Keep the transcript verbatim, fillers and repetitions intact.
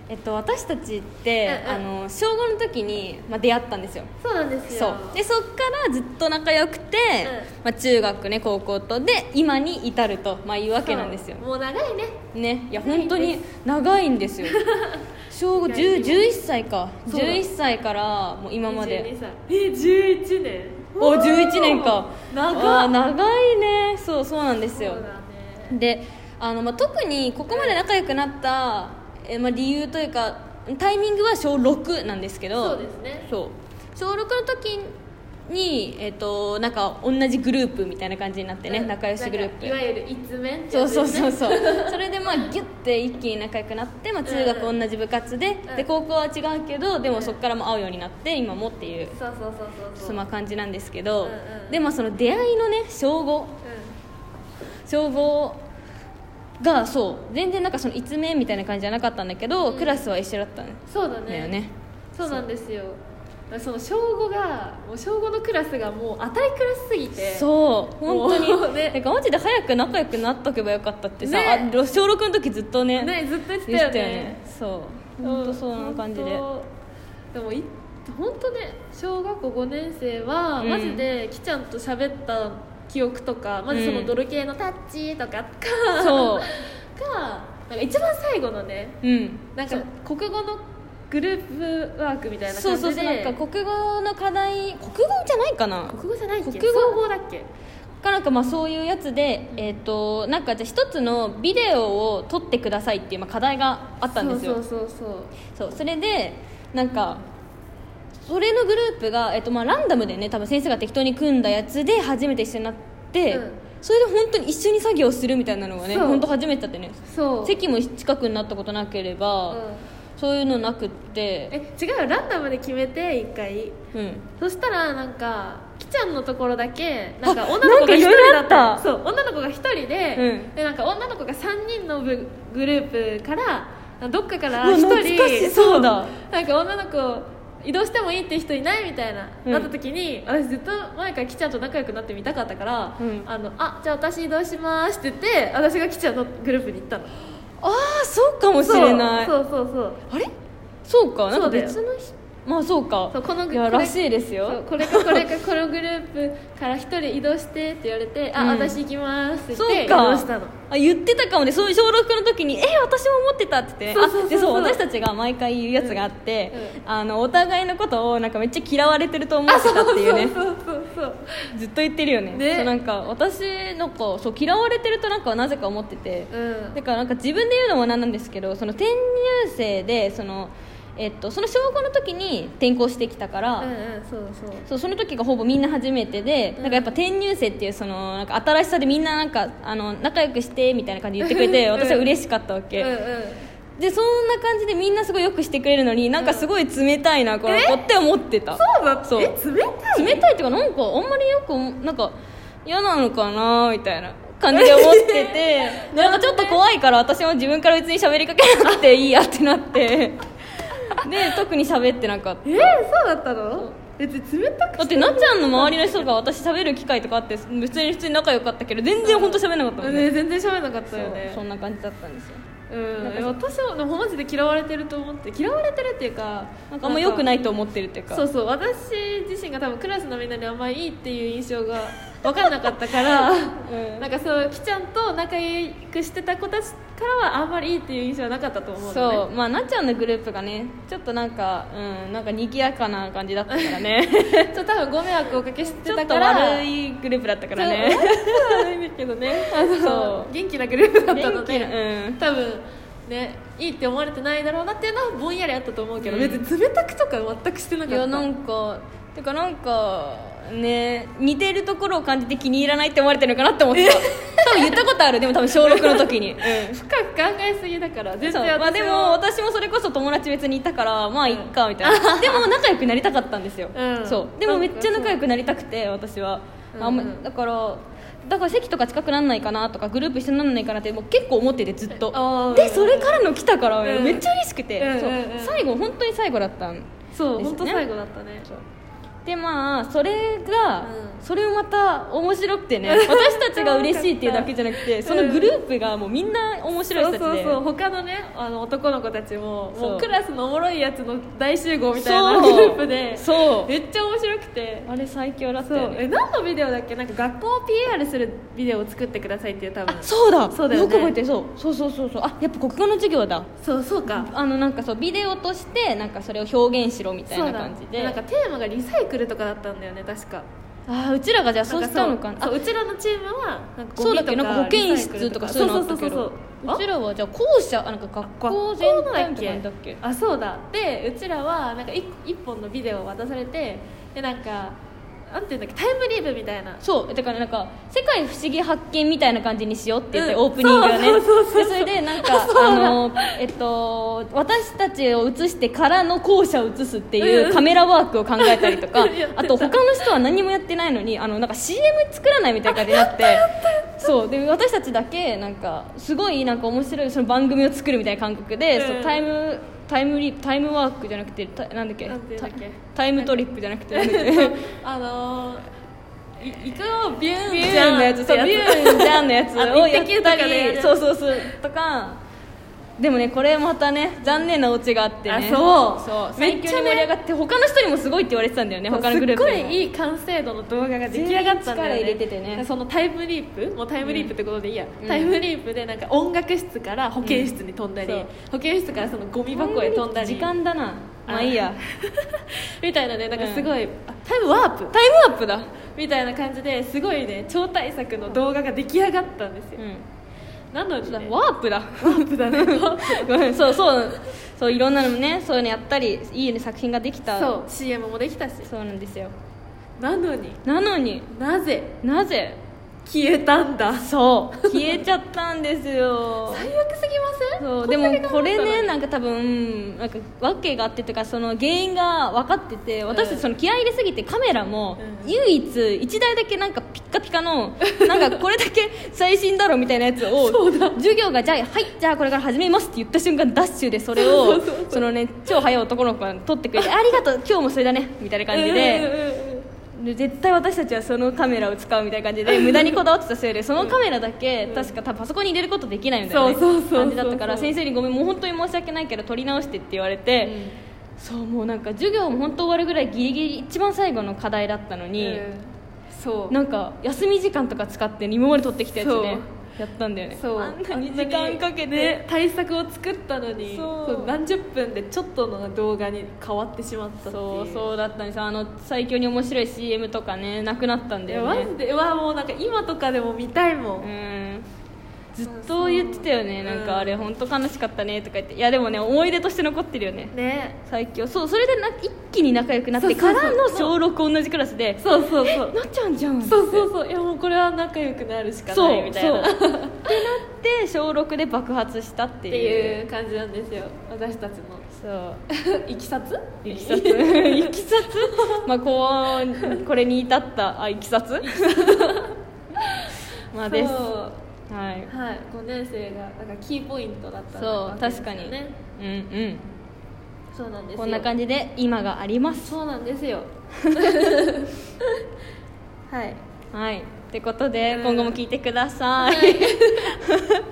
えっと、私たちって、 うんうん、 あの小ごの時に、まあ、出会ったんですよ。 そうなんですよ。 そうでそっからずっと仲良くて、うんまあ、中学ね高校とで今に至ると、まあ、いうわけなんですよ。 もう長いね。 ねいや本当に長いんですよ小ごじゅう、じゅういっさいかじゅういっさいからもう今までにじゅうにさいえじゅういちねんおじゅういちねんか長い長いね。そうそうなんですよ。 そうだね。 であの、まあ、特にここまで仲良くなったえ、まあ、理由というかタイミングは小ろくなんですけどそうですね。 そう小ろくの時に、えー、となんか同じグループみたいな感じになってね、うん、仲良しグループいわゆる一面、ね、 そうそうそうそうそれでまあギュッて一気に仲良くなって、まあ、中学同じ部活で、うん、で高校は違うけどでもそこからも会うようになって今もっていうそうそうそうそうそんな感じなんですけど、 うんうん、 でもその出会いのね小ご、うん、小ごがそう全然なんかその一面みたいな感じじゃなかったんだけど、うん、クラスは一緒だったんだよね。 そうだね。そうなんですよ。その小ごがもう小ごのクラスがもう当たりクラスすぎてそう本当にね、 なんかマジで早く仲良くなっとけばよかったってさ、 ね、 あ小ろくの時ずっとねねずっと言ってたよ ね, よねそう本当そんな感じででもい本当ね小学校ごねん生は、うん、マジできちゃんと喋った記憶とかまずそのドル系のタッチとかか、うん、そうがなんか一番最後のね、うん、なんか国語のグループワークみたいな感じでそうそうそうなんか国語の課題国語じゃないかな国語じゃないっけ国語総合だっけかなんかまあそういうやつで、うん、えー、となんかじゃ一つのビデオを撮ってくださいっていうまあ課題があったんですよ。 そうそうそうそうそうそれでなんかそれのグループが、えーとまあ、ランダムでね多分先生が適当に組んだやつで初めて一緒になって、うん、それで本当に一緒に作業するみたいなのがね本当初めてだってね。そう席も近くになったことなければ、うんそういうのなくってえ違うよランダムで決めていっかい、うん、そしたらなんかきちゃんのところだけなんか女の子がひとりだったそう女の子がひとりで、うん、でなんか女の子がさんにんのグループからどっかからひとりそうだなんか女の子移動してもいいって人いないみたいな、うん、なった時に私ずっと前からきちゃんと仲良くなってみたかったから、うん、あのあじゃあ私移動しますって言って私がきちゃんのグループに行ったの。 ああそうかもしれない。 そうそうそうそうあれそうかなんか別のまあそうかそうこのいやらしいですよ。 そうこれかこれかこのグループから一人移動してって言われて、うん、あ私行きますって言って移動したの。 あ言ってたかもね。そういう小ろくの時にえ私も思ってたって言ってね。そうそうそうそうあでそう私たちが毎回言うやつがあって、うんうん、あのお互いのことをなんかめっちゃ嫌われてると思ってたっていうね。 そうそうそうそうずっと言ってるよね。ねそうなんか私なんかそう嫌われてるとなんかなぜか思ってて、うん、だからなんか自分で言うのもなんなんですけどその転入生でそのえっと、その小ごの時に転校してきたから、うんうん、そうそうそうその時がほぼみんな初めてで、うん、なんかやっぱ転入生っていうそのなんか新しさでみんななんかあの仲良くしてみたいな感じで言ってくれて私は嬉しかったわけ、うんうん、でそんな感じでみんなすごいよくしてくれるのになんかすごい冷たいなこの子って思ってた。 そうだそうえ冷たい冷たいっていうかなんかあんまりよくなんか嫌なのかなみたいな感じで思っててなんかちょっと怖いから私も自分から別に喋りかけなくていいやってなってで特に喋ってなかった。 えー、そうだったの？別に冷たくだってなっちゃんの周りの人が私喋る機会とかあって別に普通に仲良かったけど全然本当喋んなかったもんね、 うん、全然喋んなかったよね。 そ, そんな感じだったんですよ。 うん、私はでもマジで嫌われてると思って嫌われてるっていうかなんかあんま良くないと思ってるっていうかそうそう私自身が多分クラスのみんなにあんまりいいっていう印象が分からなかったから、うん、なんかそうきちゃんと仲良くしてた子たちからはあんまりいいっていう印象はなかったと思うのね。 そうまあなっちゃんのグループがねちょっとなんかうんなんか賑やかな感じだったからねちょっと多分ご迷惑をおかけしてたからちょっと悪いグループだったからね悪いんだけどねあのそう元気なグループだったので、 うん、 多分ね、いいって思われてないだろうなっていうのはぼんやりあったと思うけど、うん、別に冷たくとか全くしてなかった。 いやなんかてかなんかね似てるところを感じて気に入らないって思われてるのかなって思ってた多分言ったことあるでも多分小ろくの時に、うん、 深く考えすぎだから全然私は、 まあ、でも私もそれこそ友達別にいたからまあいっかみたいな、うん、でも仲良くなりたかったんですよ、うん、そうでもめっちゃ仲良くなりたくて私は、うん、あんまだからだから席とか近くなんないかなとかグループ一緒になんないかなってもう結構思っててずっとでそれからの来たから、うん、めっちゃ嬉しくて、うん、そう、うん、最後本当に最後だったんです、ね、 そう本当最後だったね。 でまあそれが、うん、それもまた面白くてね私たちが嬉しいっていうだけじゃなくてそのグループがもうみんな面白い人たちで、 そうそうそう他のねあの男の子たちももうクラスのおもろいやつの大集合みたいなグループでそうめっちゃ面白くてあれ最強だったよね。 え何のビデオだっけなんか学校を ピーアール するビデオを作ってくださいっていう多分あそうだそうだよ、ね、 よく覚えてるそうそうそうそうそうあやっぱ国語の授業だそうそうかあのなんかそうビデオとしてなんかそれを表現しろみたいな感じでなんかテーマがリサイクルとかだったんだよね確かああうちらがじゃあそうしたのかなそううちらのチームはなんかゴミとかそうだっけなんか保健室とかそういうのあったけどうちらはじゃあ校舎なんか学校全体とかだっけあそうだでうちらはなんか一本のビデオを渡されてでなんかなんていうんだっけタイムリープみたいなそうだからなんか世界不思議発見みたいな感じにしようって言って、うん、オープニングがねでそれでなんかあのえっと私たちを映してからの校舎を映すっていうカメラワークを考えたりとか、うん、あと他の人は何もやってないのにあのなんか シーエム 作らないみたいな感じになってそうで私たちだけなんかすごいなんか面白いその番組を作るみたいな感覚で、うん、そうタイムタイムリタイムワークじゃなくてたなんだっけタイムトリップじゃなくてなんだっけあのー、いいくよビューンビューンのやつそうビューンじゃんのやつをやったりそうそうそうとかでもねこれまたね残念なオチがあってねあそうそう最強に盛り上がって、ね、他の人にもすごいって言われてたんだよね他のグループすっごいいい完成度の動画が出来上がったんだよね力入れててねそのタイムリープもうタイムリープってことでいいや、うん、タイムリープでなんか音楽室から保健室に飛んだり、うん、保健室からそのゴミ箱へ飛んだり時間だなまあいいやみたいなねなんかすごい、うん、タイムワープタイムワープだみたいな感じですごいね超大作の動画が出来上がったんですよ、うんなのに、ね、 ワープだワープだねごめんそうそうそういろんなのねそういうのやったりいい、ね、作品ができたそう シーエム もできたしそうなんですよなのになのになぜなぜ消えたんだそう消えちゃったんですよ最悪すぎませんそうでもこれねなんか多分なんか訳があってとかその原因が分かってて私たちその気合い入れすぎてカメラも唯一いちだいだけなんかピッカピカのなんかこれだけ最新だろみたいなやつを授業がじゃあはいじゃあこれから始めますって言った瞬間ダッシュでそれをそのね超早い男の子が撮ってくれてありがとう今日もそれだねみたいな感じでで絶対私たちはそのカメラを使うみたいな感じで無駄にこだわってたせいでそのカメラだけ確か多分パソコンに入れることできないみたいな感じだったから先生にごめんもう本当に申し訳ないけど撮り直してって言われて、うん、そうもうなんか授業も本当終わるぐらいギリギリ一番最後の課題だったのに、うん、そうなんか休み時間とか使って今まで撮ってきたやつねやったんだよねそうあんなに時間かけて、 ね、対策を作ったのにそう何十分でちょっとの動画に変わってしまったっていうそうそうだったんですあの最強に面白い シーエム とかねなくなったんだよねマジでうわもうなんか今とかでも見たいもんうんずっと言ってたよねなんかあれ本当悲しかったねとか言っていやでもね思い出として残ってるよねね最強そうそれでな一気に仲良くなってからの小ろく同じクラスでそうそうそうなっちゃうんじゃんそうそうそういやもうこれは仲良くなるしかないみたいなってなって小ろくで爆発したっていうっていう感じなんですよ私たちのそういきさついきさついきさつまあこうこれに至ったあいきさつまあですはい、 はい、ごねん生がなんかキーポイントだったそう確かにねうんうんそうなんですよこんな感じで今がありますそうなんですよはいはいってことで、うん、今後も聞いてください、 はい